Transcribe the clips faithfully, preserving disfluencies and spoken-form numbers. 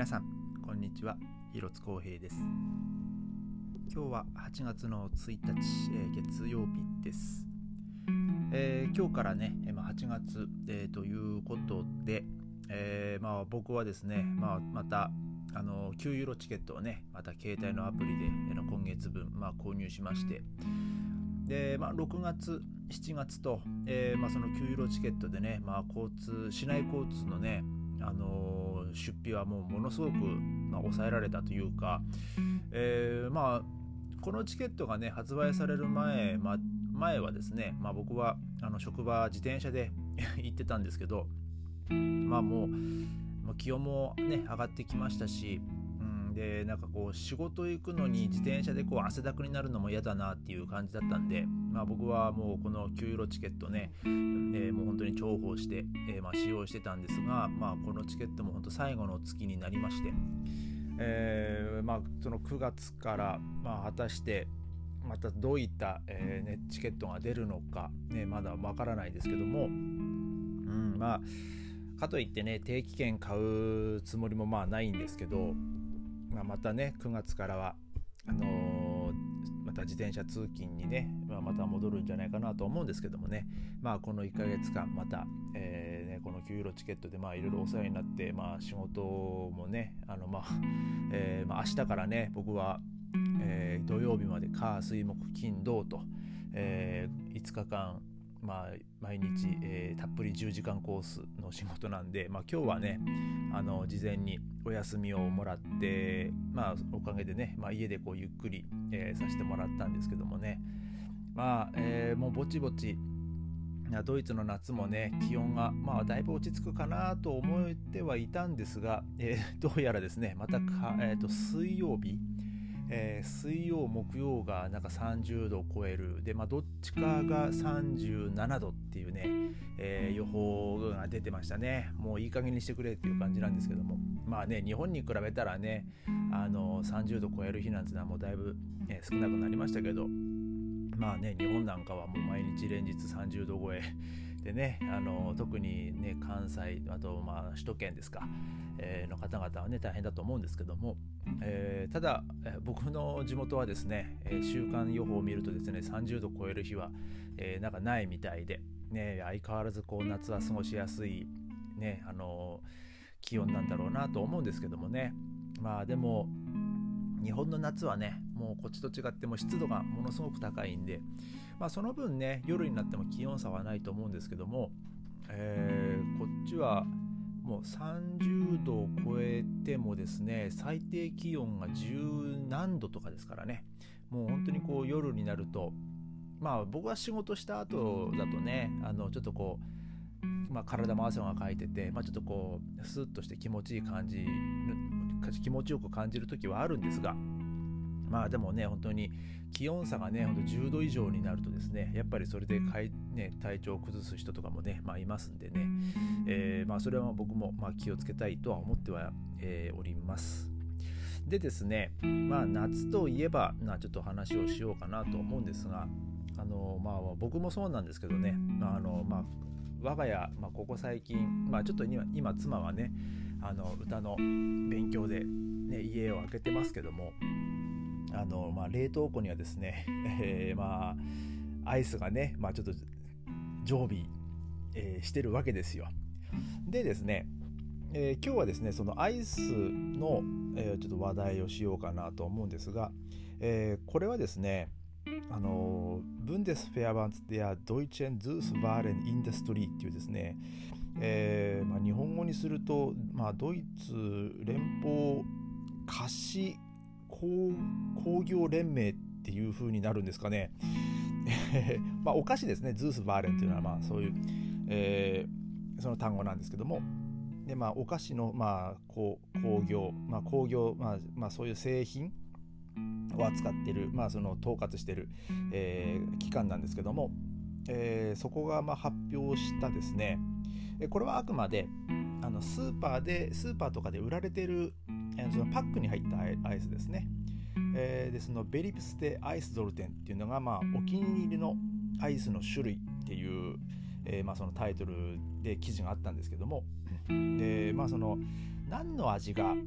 皆さんこんにちは、広津光平です。今日ははちがつのついたち、えー、月曜日です。えー、今日からね、まあ、はちがつ、えー、ということで、えーまあ、僕はですね、まあ、またあのきゅうユーロチケットをね、また携帯のアプリで、えー、今月分、まあ、購入しまして、で、まあ、ろくがつ、しちがつと、えーまあ、そのきゅうユーロチケットでね、まあ、交通市内交通のね、あのー、出費はもうものすごく、まあ、抑えられたというか、えー、まあこのチケットがね発売される前、まあ、前はですね、まあ、僕はあの職場自転車で行ってたんですけど、まあもう、もう気温もね上がってきましたし、うん、でなんかこう仕事行くのに自転車でこう汗だくになるのも嫌だなっていう感じだったんで、まあ、僕はもうこのきゅうユーロチケットね、えー、もう本当に重宝して、えーまあ、使用してたんですが、まあ、このチケットも本当最後の月になりまして、えーまあ、そのくがつから、まあ、果たしてまたどういった、えーね、チケットが出るのか、ね、まだわからないですけども、うん、まあかといってね定期券買うつもりもまあないんですけど、まあ、またねくがつからはあのー、また自転車通勤にね、まあ、また戻るんじゃないかなと思うんですけどもね、まあこのいっかげつかんまた、えーね、このきゅうユーロチケットでまあいろいろお世話になって、まあ仕事もねあのまあ、えー、まあ明日からね僕は、えー、土曜日まで火水木金土と、えー、いつかかんまあ、毎日、えー、たっぷりじゅうじかんコースの仕事なんで、まあ、今日はねあの事前にお休みをもらって、まあ、おかげでね、まあ、家でこうゆっくり、えー、させてもらったんですけどもね、まあえー、もうぼちぼちドイツの夏もね気温が、まあ、だいぶ落ち着くかなと思ってはいたんですが、えー、どうやらですねまたか、えー、と水曜日えー、水曜木曜がなんかさんじゅうどを超えるで、まあ、どっちかがさんじゅうななどっていうね、えー、予報が出てましたね。もういい加減にしてくれっていう感じなんですけども、まあね日本に比べたらねあのさんじゅうど超える日なんてのはもうだいぶ、ね、少なくなりましたけど、まあね日本なんかはもう毎日連日さんじゅうど超えでね、あの特にね関西あとまあ首都圏ですか、えー、の方々はね大変だと思うんですけども、えー、ただ、えー、僕の地元はですね、えー、週間予報を見るとですねさんじゅうど超える日は、えー、なんかないみたいで、ね、相変わらずこう夏は過ごしやすい、ねあの気温なんだろうなと思うんですけどもね、まあでも日本の夏はねもうこっちと違っても湿度がものすごく高いんで、まあ、その分ね夜になっても気温差はないと思うんですけども、えー、こっちはもうさんじゅうどを超えてもですね最低気温がじゅうなんどとかですからね、もう本当にこう夜になると、まあ僕は仕事した後だとねあのちょっとこう、まあ、体も汗がかいてて、まあ、ちょっとこうスッとして気持ちいい感じ気持ちよく感じる時はあるんですが、まあでもね本当に気温差がね本当じゅうど以上になるとですねやっぱりそれでかい、ね、体調を崩す人とかもね、まあ、いますんでね、えーまあ、それは僕もまあ気をつけたいとは思っては、えー、おります。でですね、まあ、夏といえばなちょっと話をしようかなと思うんですが、あの、まあ、僕もそうなんですけどね、まああのまあ、我が家、まあ、ここ最近、まあ、ちょっと今、今妻はねあの歌の勉強で、ね、家を空けてますけども、あの、まあ、冷凍庫にはですね、えー、まあアイスがね、まあ、ちょっと常備、えー、してるわけですよ。でですね、えー、今日はですねそのアイスの、えー、ちょっと話題をしようかなと思うんですが、えー、これはですねあのブンデスフェアバンツデアドイツェンズースバーレンインダストリーっていうですね、えーまあ、日本語にすると、まあ、ドイツ連邦菓子工, 工業連盟っていう風になるんですかねまあお菓子ですね、ズースバーレンっていうのはまあそういう、えー、その単語なんですけども、でまあお菓子のまあ工業、まあ工業、まあ、まあそういう製品を扱っている、まあその統括している、えー、機関なんですけども、えー、そこがまあ発表したですね、これはあくまであのスーパーでスーパーとかで売られているそのパックに入ったアイスですね、えー、でそのベリプステアイスゾルテンっていうのが、まあ、お気に入りのアイスの種類っていう、えーまあ、そのタイトルで記事があったんですけども、で、まあ、その何の味が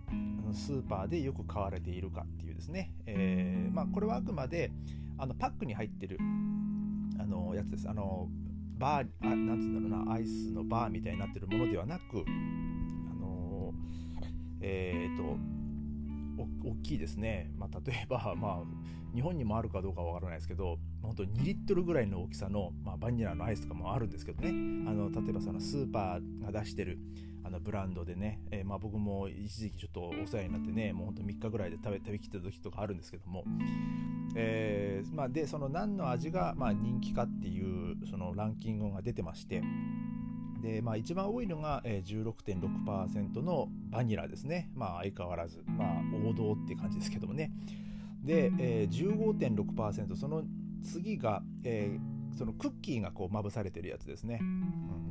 スーパーでよく買われているかっていうですね、えーまあ、これはあくまであのパックに入ってるあのやつです。あのバーあなんつうんだろうな、アイスのバーみたいになってるものではなく、あのえー、とお大きいですね、まあ、例えば、まあ、日本にもあるかどうかわからないですけど、本当にリットルぐらいの大きさの、まあ、バニラのアイスとかもあるんですけどね、あの例えばそのスーパーが出してるあのブランドでね、えーまあ、僕も一時期ちょっとお世話になってね、もうほんとみっかぐらいで食べ食べきった時とかあるんですけども、えーまあ、でその何の味がまあ人気かっていうそのランキングが出てまして、で、まあ、一番多いのが じゅうろくてんろくパーセント のバニラですね。まあ相変わらず、まあ、王道っていう感じですけどもね。で、えー、じゅうごてんろくパーセント、 その次が、えー、そのクッキーがこうまぶされてるやつですね、うん、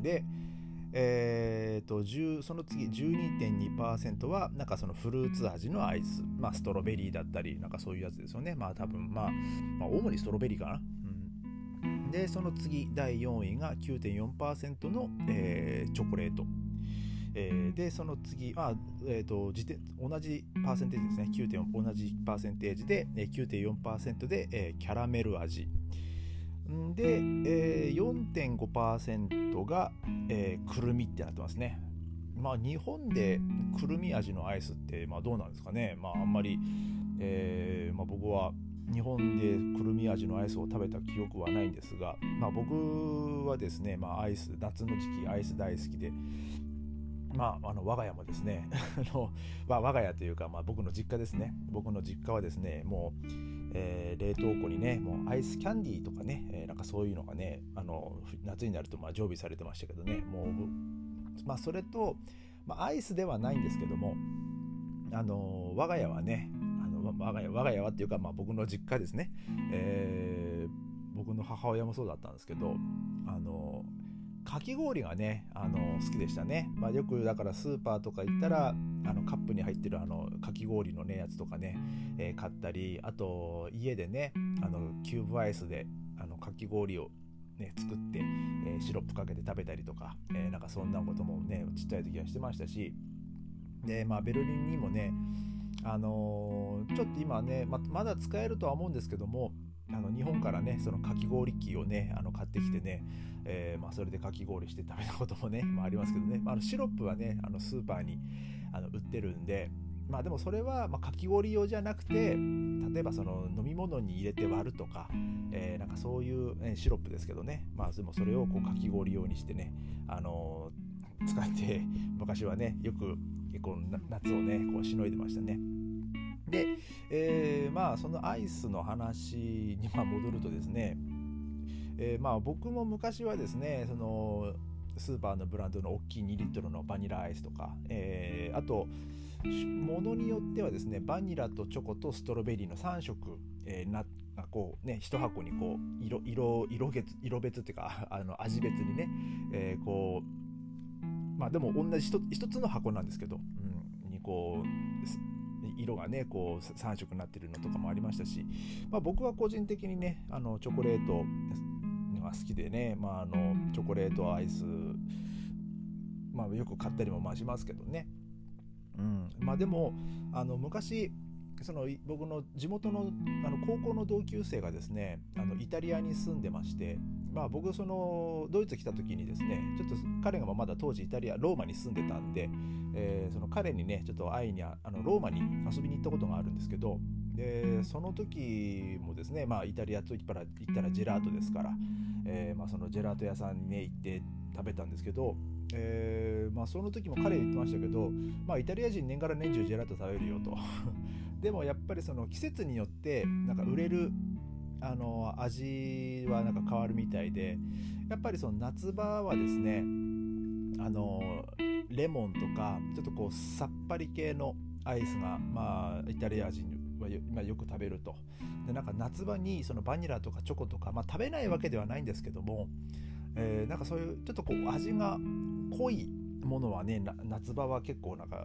で、えー、とその次 じゅうにてんにパーセント はなんかそのフルーツ味のアイス、まあ、ストロベリーだったりなんかそういうやつですよね。まあ多分、まあ、まあ主にストロベリーかな。でその次だいよんいが きゅうてんよんパーセント の、えー、チョコレート、えー、でその次、あえー、と時点同じパーセンテージですね、きゅうてんよん同じパーセンテージで きゅうてんよんパーセント で、えー、キャラメル味で、えー、よんてんごパーセント が、えー、くるみってなってますね。まあ日本でくるみ味のアイスって、まあ、どうなんですかね。まああんまり、えーまあ、僕は日本でくるみ味のアイスを食べた記憶はないんですが、まあ、僕はですね、まあ、アイス夏の時期アイス大好きで、まあ、あの我が家もですねあの、まあ、我が家というか、まあ、僕の実家ですね。僕の実家はですね、もう、えー、冷凍庫にねもうアイスキャンディーとかね、えー、なんかそういうのがねあの夏になるとまあ常備されてましたけどね、もう、まあ、それと、まあ、アイスではないんですけども、あの我が家はね我が家, 我が家はっていうか、まあ、僕の実家ですね、えー、僕の母親もそうだったんですけど、あのかき氷がねあの好きでしたね。まあ、よくだからスーパーとか行ったらあのカップに入ってるあのかき氷のねやつとかね、えー、買ったり、あと家でねあのキューブアイスであのかき氷をね、作って、えー、シロップかけて食べたりとか、えー、なんかそんなこともねちっちゃい時はしてましたし、で、まあ、ベルリンにもねあのー、ちょっと今ね ま, まだ使えるとは思うんですけども、あの日本からねそのかき氷機をねあの買ってきてね、えーまあ、それでかき氷して食べたこともね、まあ、ありますけどね、まあ、あのシロップはねあのスーパーにあの売ってるんで、まあでもそれはまあかき氷用じゃなくて、例えばその飲み物に入れて割るとか、えー、なんかそういう、ね、シロップですけどね、まあでもそれをこうかき氷用にしてね、あのー、使って昔はねよく結構夏をねこうしのいでましたね。で、えー、まあそのアイスの話にまあ戻るとですね、えー、まあ僕も昔はですねそのスーパーのブランドの大きいにリットルのバニラアイスとか、えー、あとものによってはですねバニラとチョコとストロベリーのさん色、えー、なこうね一箱にこう色色色別色別っていうかあの味別にね、えー、こうまあでも同じ一つの箱なんですけど、うん、にこう色がねこうさん色になってるのとかもありましたし、まあ、僕は個人的にねあのチョコレートが好きでね、まあ、あのチョコレートアイス、まあ、よく買ったりもまあしますけどね、うん、まあでもあの昔その僕の地元の、あの高校の同級生がですねあのイタリアに住んでまして、まあ、僕そのドイツ来た時にですねちょっと彼がまだ当時イタリアローマに住んでたんで、えー、その彼にねちょっと会いにあのローマに遊びに行ったことがあるんですけど、でその時もですね、まあ、イタリアといったら、行ったらジェラートですから、えーまあ、そのジェラート屋さんに、ね、行って食べたんですけど、えーまあ、その時も彼言ってましたけど、まあ、イタリア人年がら年中ジェラート食べるよとでもやっぱりその季節によってなんか売れるあの味はなんか変わるみたいで、やっぱりその夏場はですねあのレモンとかちょっとこうさっぱり系のアイスがまあイタリア人は よ,、まあ、よく食べると。でなんか夏場にそのバニラとかチョコとか、まあ、食べないわけではないんですけども、えー、なんかそういうちょっとこう味が濃いものはね夏場は結構なんか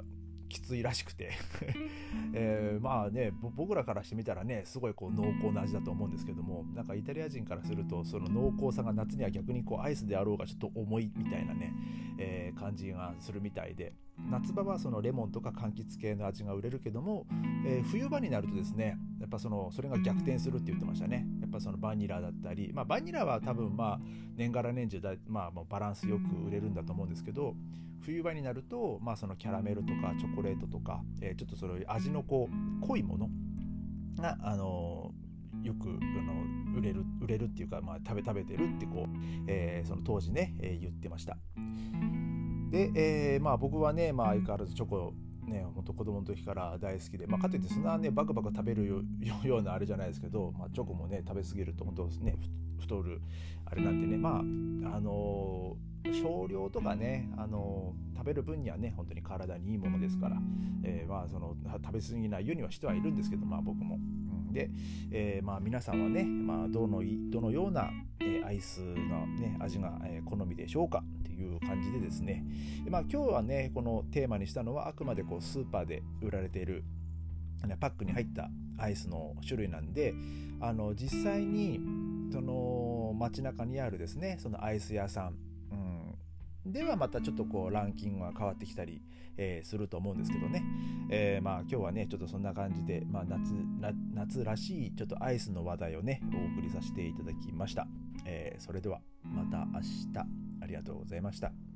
きついらしくて、えー、まあね僕らからしてみたらねすごいこう濃厚な味だと思うんですけども、なんかイタリア人からするとその濃厚さが夏には逆にこうアイスであろうがちょっと重いみたいなね、えー、感じがするみたいで、夏場はそのレモンとか柑橘系の味が売れるけども、えー、冬場になるとですねやっぱそのそれが逆転するって言ってましたね。やっぱそのバニラだったり、まあバニラは多分まあ年がら年中だ、まあ、もうバランスよく売れるんだと思うんですけど、冬場になると、まあ、そのキャラメルとかチョコレートとか、えー、ちょっとその味のこう濃いものが、あのー、よくあの売れる売れるっていうか、まあ、食べ食べてるってこう、えー、その当時ね、えー、言ってました。で、えーまあ、僕はね、まあ、相変わらずチョコね、本当子供の時から大好きで、まあ、かといってそんなねバクバク食べる よ, ようなあれじゃないですけど、まあ、チョコもね食べ過ぎると本当ね太るあれなんてね、まああのー、少量とかね、あのー、食べる分にはね本当に体にいいものですから、えー、まあその食べ過ぎないようにはしてはいるんですけど、まあ僕も、うん、で、えー、まあ皆さんはね、まあ、どのどのような、えー、アイスの、ね、味が、えー、好みでしょうかっていう感じでですね、で、まあ、今日はねこのテーマにしたのはあくまでこうスーパーで売られているパックに入ったアイスの種類なんで、あの実際にその街中にあるですねそのアイス屋さん、うん、ではまたちょっとこうランキングが変わってきたり、えー、すると思うんですけどね、えー、まあ今日はねちょっとそんな感じで、まあ、夏, 夏らしいちょっとアイスの話題をねお送りさせていただきました。えー、それではまた明日、ありがとうございました。